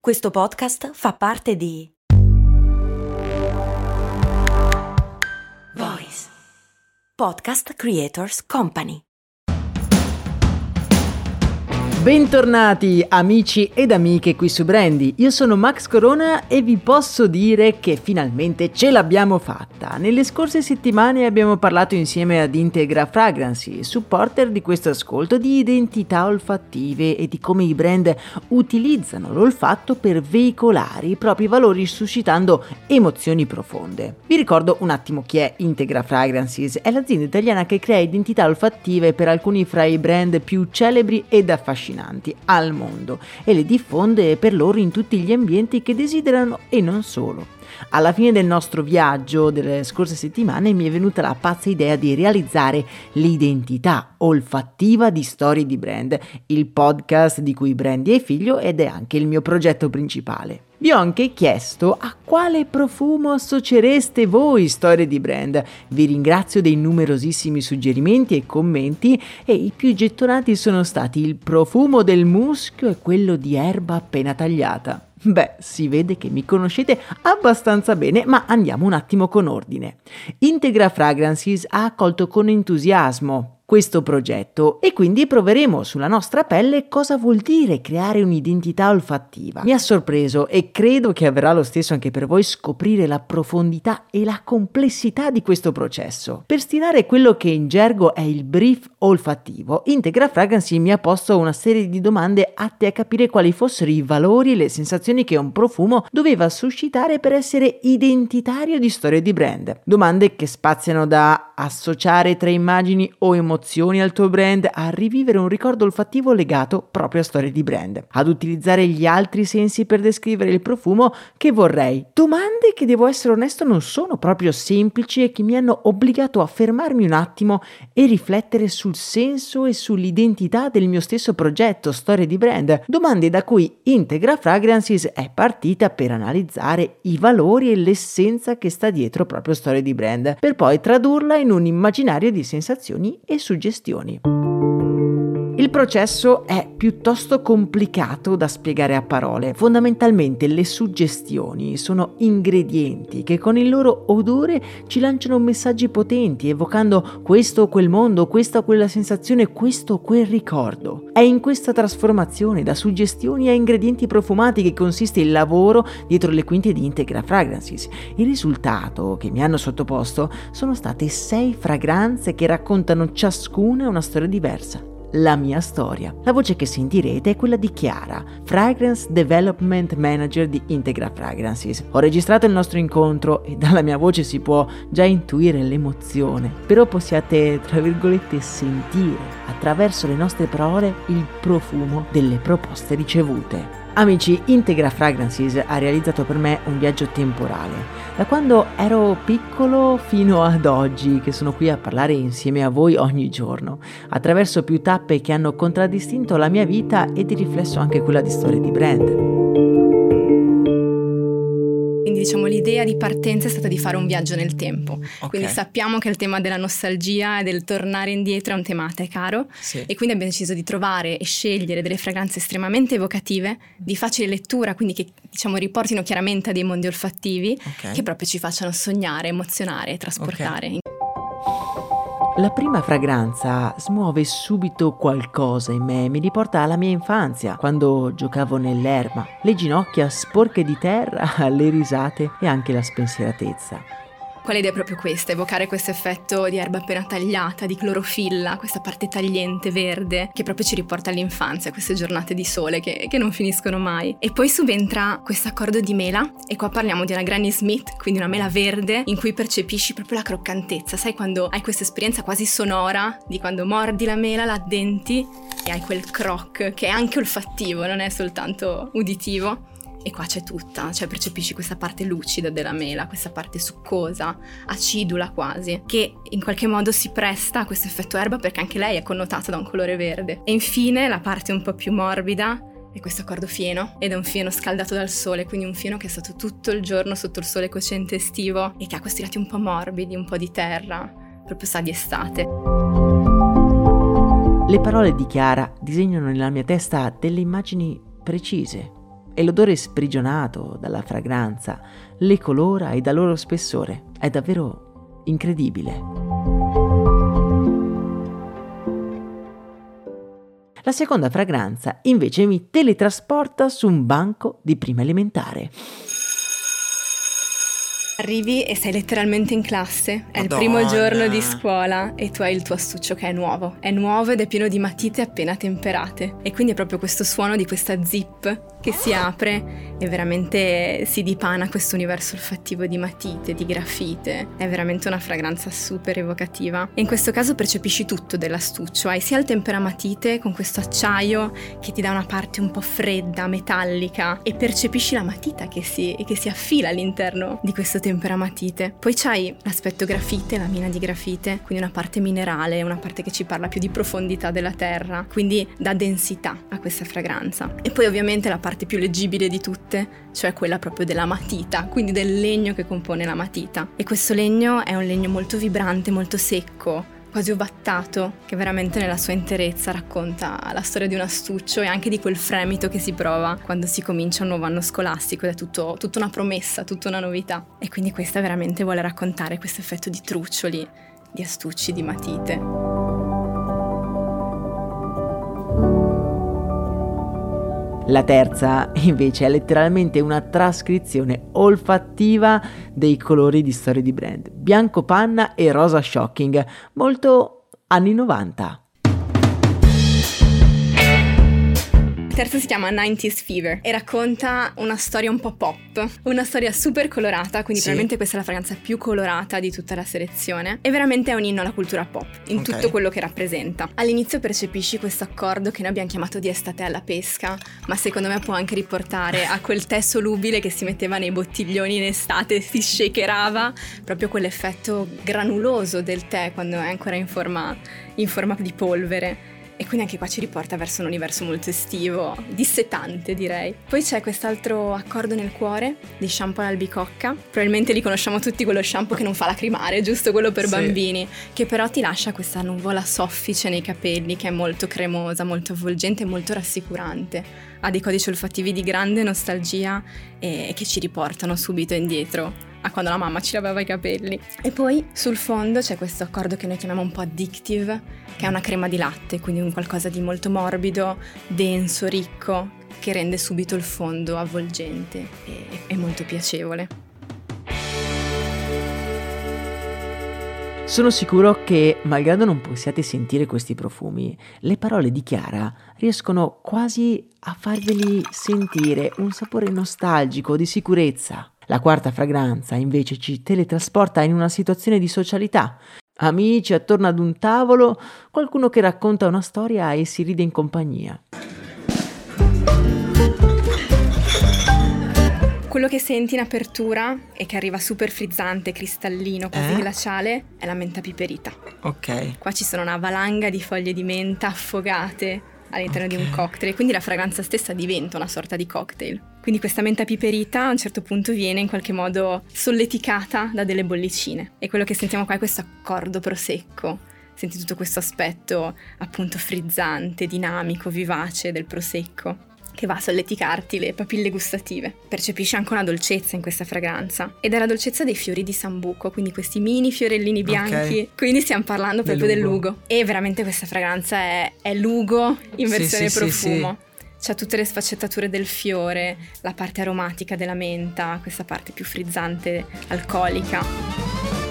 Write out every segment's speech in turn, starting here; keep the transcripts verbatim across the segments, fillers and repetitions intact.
Questo podcast fa parte di Voice Podcast Creators Company. Bentornati amici ed amiche qui su Brandy, io sono Max Corona e vi posso dire che finalmente ce l'abbiamo fatta. Nelle scorse settimane abbiamo parlato insieme ad Integra Fragrancy, supporter di questo ascolto, di identità olfattive e di come i brand utilizzano l'olfatto per veicolare i propri valori suscitando emozioni profonde. Vi ricordo un attimo chi è Integra Fragrancies, è l'azienda italiana che crea identità olfattive per alcuni fra i brand più celebri ed affascinanti al mondo e le diffonde per loro in tutti gli ambienti che desiderano e non solo. Alla fine del nostro viaggio delle scorse settimane mi è venuta la pazza idea di realizzare l'identità olfattiva di Storie di Brand, il podcast di cui Brandy è figlio ed è anche il mio progetto principale. Vi ho anche chiesto a quale profumo associereste voi Storie di Brand. Vi ringrazio dei numerosissimi suggerimenti e commenti e i più gettonati sono stati il profumo del muschio e quello di erba appena tagliata. Beh, si vede che mi conoscete abbastanza bene, ma andiamo un attimo con ordine. Integra Fragrancies ha accolto con entusiasmo questo progetto e quindi proveremo sulla nostra pelle cosa vuol dire creare un'identità olfattiva. Mi ha sorpreso e credo che avverrà lo stesso anche per voi scoprire la profondità e la complessità di questo processo. Per stilare quello che in gergo è il brief olfattivo, Integra Fragrancy mi ha posto una serie di domande atte a capire quali fossero i valori e le sensazioni che un profumo doveva suscitare per essere identitario di Storie di Brand. Domande che spaziano da associare tre immagini o emozioni al tuo brand a rivivere un ricordo olfattivo legato proprio a Storie di Brand, ad utilizzare gli altri sensi per descrivere il profumo che vorrei. Domande che, devo essere onesto, non sono proprio semplici e che mi hanno obbligato a fermarmi un attimo e riflettere sul senso e sull'identità del mio stesso progetto Storie di Brand. Domande da cui Integra Fragrancies è partita per analizzare i valori e l'essenza che sta dietro proprio Storie di Brand, per poi tradurla in un immaginario di sensazioni e suggestioni. Il processo è piuttosto complicato da spiegare a parole. Fondamentalmente le suggestioni sono ingredienti che con il loro odore ci lanciano messaggi potenti, evocando questo o quel mondo, questa o quella sensazione, questo o quel ricordo. È in questa trasformazione da suggestioni a ingredienti profumati che consiste il lavoro dietro le quinte di Integra Fragrancies. Il risultato che mi hanno sottoposto sono state sei fragranze che raccontano ciascuna una storia diversa. La mia storia. La voce che sentirete è quella di Chiara, Fragrance Development Manager di Integra Fragrancies. Ho registrato il nostro incontro e dalla mia voce si può già intuire l'emozione, però possiate, tra virgolette, sentire attraverso le nostre parole il profumo delle proposte ricevute. Amici, Integra Fragrancies ha realizzato per me un viaggio temporale. Da quando ero piccolo fino ad oggi, che sono qui a parlare insieme a voi ogni giorno, attraverso più tappe che hanno contraddistinto la mia vita e di riflesso anche quella di Storie di Brand. Quindi diciamo l'idea di partenza è stata di fare un viaggio nel tempo. Okay. Quindi sappiamo che il tema della nostalgia e del tornare indietro è un tema a te caro, sì. E quindi abbiamo deciso di trovare e scegliere delle fragranze estremamente evocative, di facile lettura, quindi che diciamo riportino chiaramente a dei mondi olfattivi, okay, che proprio ci facciano sognare, emozionare e trasportare. Okay. La prima fragranza smuove subito qualcosa in me, mi riporta alla mia infanzia, quando giocavo nell'erba, le ginocchia sporche di terra, le risate e anche la spensieratezza. Quale idea è proprio questa, evocare questo effetto di erba appena tagliata, di clorofilla, questa parte tagliente verde che proprio ci riporta all'infanzia, queste giornate di sole che, che non finiscono mai. E poi subentra questo accordo di mela, e qua parliamo di una Granny Smith, quindi una mela verde in cui percepisci proprio la croccantezza, sai, quando hai questa esperienza quasi sonora di quando mordi la mela, la addenti e hai quel croc che è anche olfattivo, non è soltanto uditivo. E qua c'è tutta, cioè percepisci questa parte lucida della mela, questa parte succosa, acidula quasi, che in qualche modo si presta a questo effetto erba perché anche lei è connotata da un colore verde. E infine la parte un po' più morbida è questo accordo fieno, ed è un fieno scaldato dal sole, quindi un fieno che è stato tutto il giorno sotto il sole cocente estivo e che ha questi lati un po' morbidi, un po' di terra, proprio sa di estate. Le parole di Chiara disegnano nella mia testa delle immagini precise. e l'odore sprigionato dalla fragranza le colora e dà loro spessore. È davvero incredibile. La seconda fragranza invece mi teletrasporta su un banco di prima elementare. Arrivi e sei letteralmente in classe, è Madonna. il primo giorno di scuola e tu hai il tuo astuccio che è nuovo, è nuovo ed è pieno di matite appena temperate e quindi è proprio questo suono di questa zip che si apre e veramente si dipana questo universo olfattivo di matite, di grafite, è veramente una fragranza super evocativa e in questo caso percepisci tutto dell'astuccio, hai sia il temperamatite con questo acciaio che ti dà una parte un po' fredda, metallica e percepisci la matita che si, che si affila all'interno di questo temperamatite. Poi c'hai l'aspetto grafite, la mina di grafite, quindi una parte minerale, una parte che ci parla più di profondità della terra, quindi dà densità a questa fragranza. E poi ovviamente la parte più leggibile di tutte, cioè quella proprio della matita, quindi del legno che compone la matita. E questo legno è un legno molto vibrante, molto secco, quasi ovattato, che veramente nella sua interezza racconta la storia di un astuccio e anche di quel fremito che si prova quando si comincia un nuovo anno scolastico ed è tutto, tutta una promessa, tutta una novità. E quindi questa veramente vuole raccontare questo effetto di truccioli, di astucci, di matite. La terza, invece, è letteralmente una trascrizione olfattiva dei colori di storie di brand. Bianco panna e rosa shocking, molto anni novanta. Il terzo si chiama nineties Fever e racconta una storia un po' pop, una storia super colorata, quindi Sì. probabilmente questa è la fragranza più colorata di tutta la selezione e veramente è un inno alla cultura pop, in Ok. tutto quello che rappresenta. All'inizio percepisci questo accordo che noi abbiamo chiamato di estate alla pesca, ma secondo me può anche riportare a quel tè solubile che si metteva nei bottiglioni in estate, si shakerava, proprio quell'effetto granuloso del tè quando è ancora in forma, in forma di polvere. E quindi anche qua ci riporta verso un universo molto estivo, dissetante direi. Poi c'è quest'altro accordo nel cuore di shampoo all'albicocca. Probabilmente li conosciamo tutti, quello shampoo che non fa lacrimare, giusto quello per Sì. bambini, che però ti lascia questa nuvola soffice nei capelli che è molto cremosa, molto avvolgente e molto rassicurante. Ha dei codici olfattivi di grande nostalgia e che ci riportano subito indietro a quando la mamma ci lavava i capelli. E poi sul fondo c'è questo accordo che noi chiamiamo un po' addictive, che è una crema di latte, quindi un qualcosa di molto morbido, denso, ricco, che rende subito il fondo avvolgente e, e molto piacevole. Sono sicuro che, malgrado non possiate sentire questi profumi, le parole di Chiara riescono quasi a farveli sentire un sapore nostalgico, di sicurezza. La quarta fragranza invece ci teletrasporta in una situazione di socialità. Amici attorno ad un tavolo, qualcuno che racconta una storia e si ride in compagnia. Quello che senti in apertura e che arriva super frizzante, cristallino, quasi Eh? glaciale, è la menta piperita. Ok. Qua ci sono una valanga di foglie di menta affogate all'interno di un Ok. cocktail, quindi la fragranza stessa diventa una sorta di cocktail. Quindi questa menta piperita a un certo punto viene in qualche modo solleticata da delle bollicine e quello che sentiamo qua è questo accordo prosecco. Senti tutto questo aspetto appunto frizzante, dinamico, vivace del prosecco che va a solleticarti le papille gustative. Percepisci anche una dolcezza in questa fragranza ed è la dolcezza dei fiori di sambuco, quindi questi mini fiorellini bianchi. Ok. Quindi stiamo parlando Del proprio del lugo. lugo. E veramente questa fragranza è, è lugo in Sì, versione sì, sì, profumo. C'ha tutte le sfaccettature del fiore, la parte aromatica della menta, questa parte più frizzante, alcolica.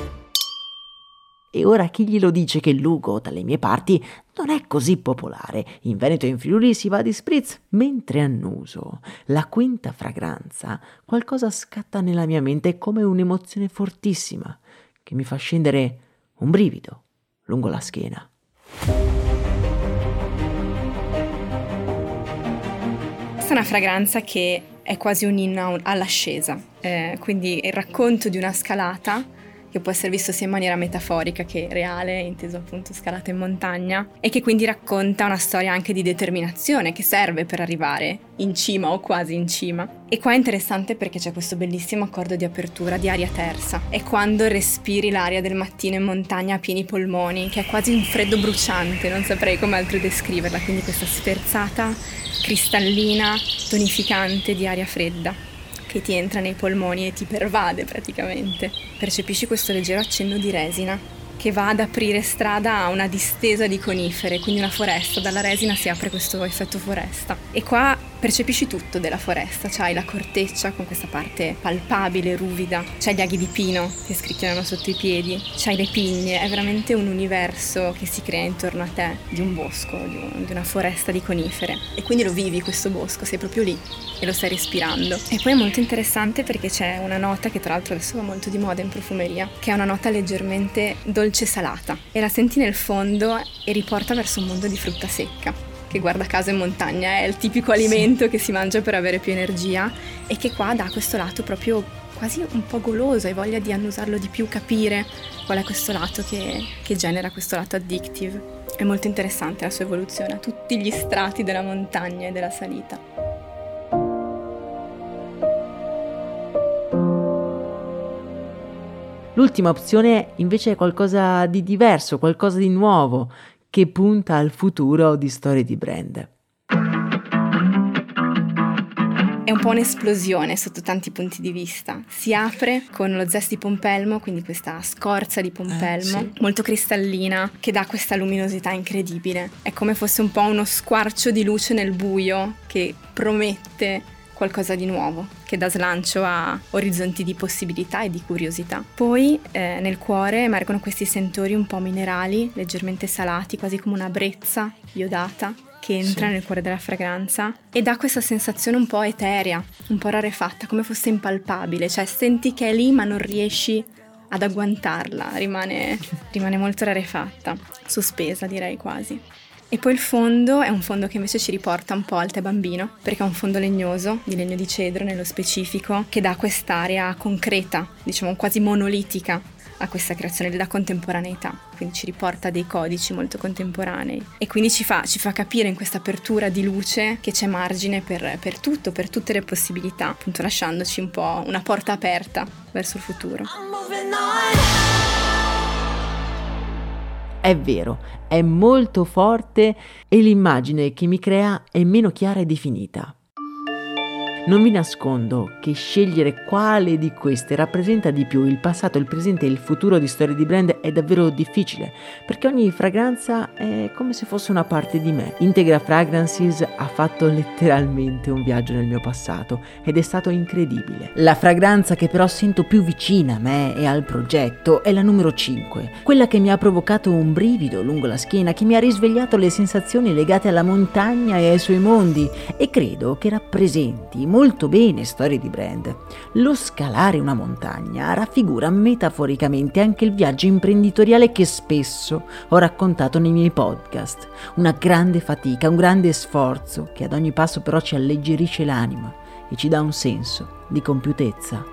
E ora chi glielo dice che il Lugo, dalle mie parti, non è così popolare. In Veneto e in Friuli si va di spritz, mentre annuso la quinta fragranza, qualcosa scatta nella mia mente come un'emozione fortissima, che mi fa scendere un brivido lungo la schiena. Questa è una fragranza che è quasi un inno all'ascesa, eh, quindi il racconto di una scalata che può essere visto sia in maniera metaforica che reale, inteso appunto scalata in montagna, e che quindi racconta una storia anche di determinazione che serve per arrivare in cima o quasi in cima. E qua è interessante perché c'è questo bellissimo accordo di apertura di aria tersa. È quando respiri l'aria del mattino in montagna a pieni polmoni, che è quasi un freddo bruciante, non saprei come altro descriverla, quindi questa sferzata cristallina, tonificante di aria fredda che ti entra nei polmoni e ti pervade praticamente. Percepisci questo leggero accenno di resina che va ad aprire strada a una distesa di conifere, quindi una foresta. Dalla resina si apre questo effetto foresta. E qua percepisci tutto della foresta. C'hai la corteccia con questa parte palpabile, ruvida. C'hai gli aghi di pino che scricchiolano sotto i piedi. C'hai le pigne. È veramente un universo che si crea intorno a te, di un bosco, di, un, di una foresta di conifere. E quindi lo vivi questo bosco, sei proprio lì e lo stai respirando. E poi è molto interessante perché c'è una nota che tra l'altro adesso va molto di moda in profumeria, che è una nota leggermente dolce salata, e la senti nel fondo e riporta verso un mondo di frutta secca, che guarda caso in montagna è il tipico alimento che si mangia per avere più energia, e che qua dà questo lato proprio quasi un po' goloso, hai voglia di annusarlo di più, capire qual è questo lato che, che genera questo lato addictive. È molto interessante la sua evoluzione a tutti gli strati della montagna e della salita. L'ultima opzione invece è qualcosa di diverso, qualcosa di nuovo, che punta al futuro di storie di brand. È un po' un'esplosione sotto tanti punti di vista. Si apre con lo zest di pompelmo, quindi questa scorza di pompelmo, eh, sì. molto cristallina, che dà questa luminosità incredibile. È come fosse un po' uno squarcio di luce nel buio che promette qualcosa di nuovo, che dà slancio a orizzonti di possibilità e di curiosità. Poi eh, nel cuore emergono questi sentori un po' minerali, leggermente salati, quasi come una brezza iodata che entra sì. nel cuore della fragranza e dà questa sensazione un po' eterea, un po' rarefatta, come fosse impalpabile, cioè senti che è lì ma non riesci ad agguantarla, rimane, rimane molto rarefatta, sospesa direi quasi. E poi il fondo è un fondo che invece ci riporta un po' al tè bambino, perché è un fondo legnoso, di legno di cedro nello specifico, che dà quest'area concreta, diciamo quasi monolitica a questa creazione, le dà contemporaneità, quindi ci riporta dei codici molto contemporanei e quindi ci fa, ci fa capire in questa apertura di luce che c'è margine per, per tutto, per tutte le possibilità, appunto lasciandoci un po' una porta aperta verso il futuro. È vero, è molto forte e l'immagine che mi crea è meno chiara e definita. Non vi nascondo che scegliere quale di queste rappresenta di più il passato, il presente e il futuro di storie di brand è davvero difficile, perché ogni fragranza è come se fosse una parte di me. Integra Fragrances ha fatto letteralmente un viaggio nel mio passato ed è stato incredibile. La fragranza che però sento più vicina a me e al progetto è la numero cinque, quella che mi ha provocato un brivido lungo la schiena, che mi ha risvegliato le sensazioni legate alla montagna e ai suoi mondi, e credo che rappresenti molto bene storie di brand. Lo scalare una montagna raffigura metaforicamente anche il viaggio imprenditoriale che spesso ho raccontato nei miei podcast. Una grande fatica, un grande sforzo che ad ogni passo però ci alleggerisce l'anima e ci dà un senso di compiutezza.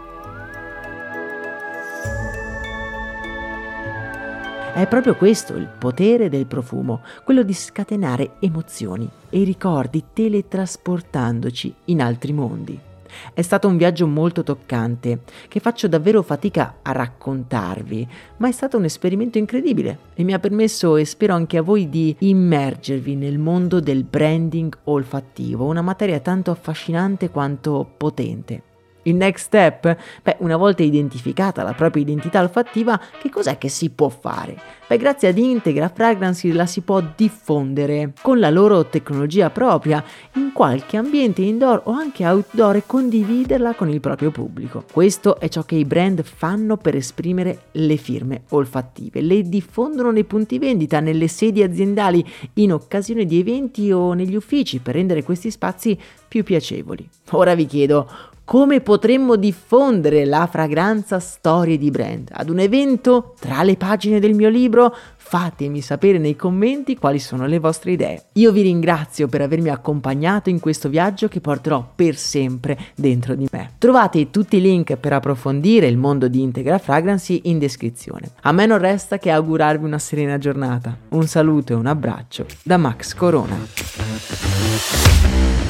È proprio questo il potere del profumo, quello di scatenare emozioni e ricordi teletrasportandoci in altri mondi. È stato un viaggio molto toccante, che faccio davvero fatica a raccontarvi, ma è stato un esperimento incredibile e mi ha permesso, e spero anche a voi, di immergervi nel mondo del branding olfattivo, una materia tanto affascinante quanto potente. Il next step? Beh, una volta identificata la propria identità olfattiva, che cos'è che si può fare? Beh, grazie ad Integra Fragrances la si può diffondere con la loro tecnologia propria in qualche ambiente indoor o anche outdoor e condividerla con il proprio pubblico. Questo è ciò che i brand fanno per esprimere le firme olfattive. Le diffondono nei punti vendita, nelle sedi aziendali, in occasione di eventi o negli uffici per rendere questi spazi più piacevoli. Ora vi chiedo: come potremmo diffondere la fragranza storie di brand? Ad un evento? Tra le pagine del mio libro? fatemi sapere nei commenti quali sono le vostre idee. Io vi ringrazio per avermi accompagnato in questo viaggio che porterò per sempre dentro di me. Trovate tutti i link per approfondire il mondo di Integra Fragrancy in descrizione. A me non resta che augurarvi una serena giornata. Un saluto e un abbraccio da Max Corona.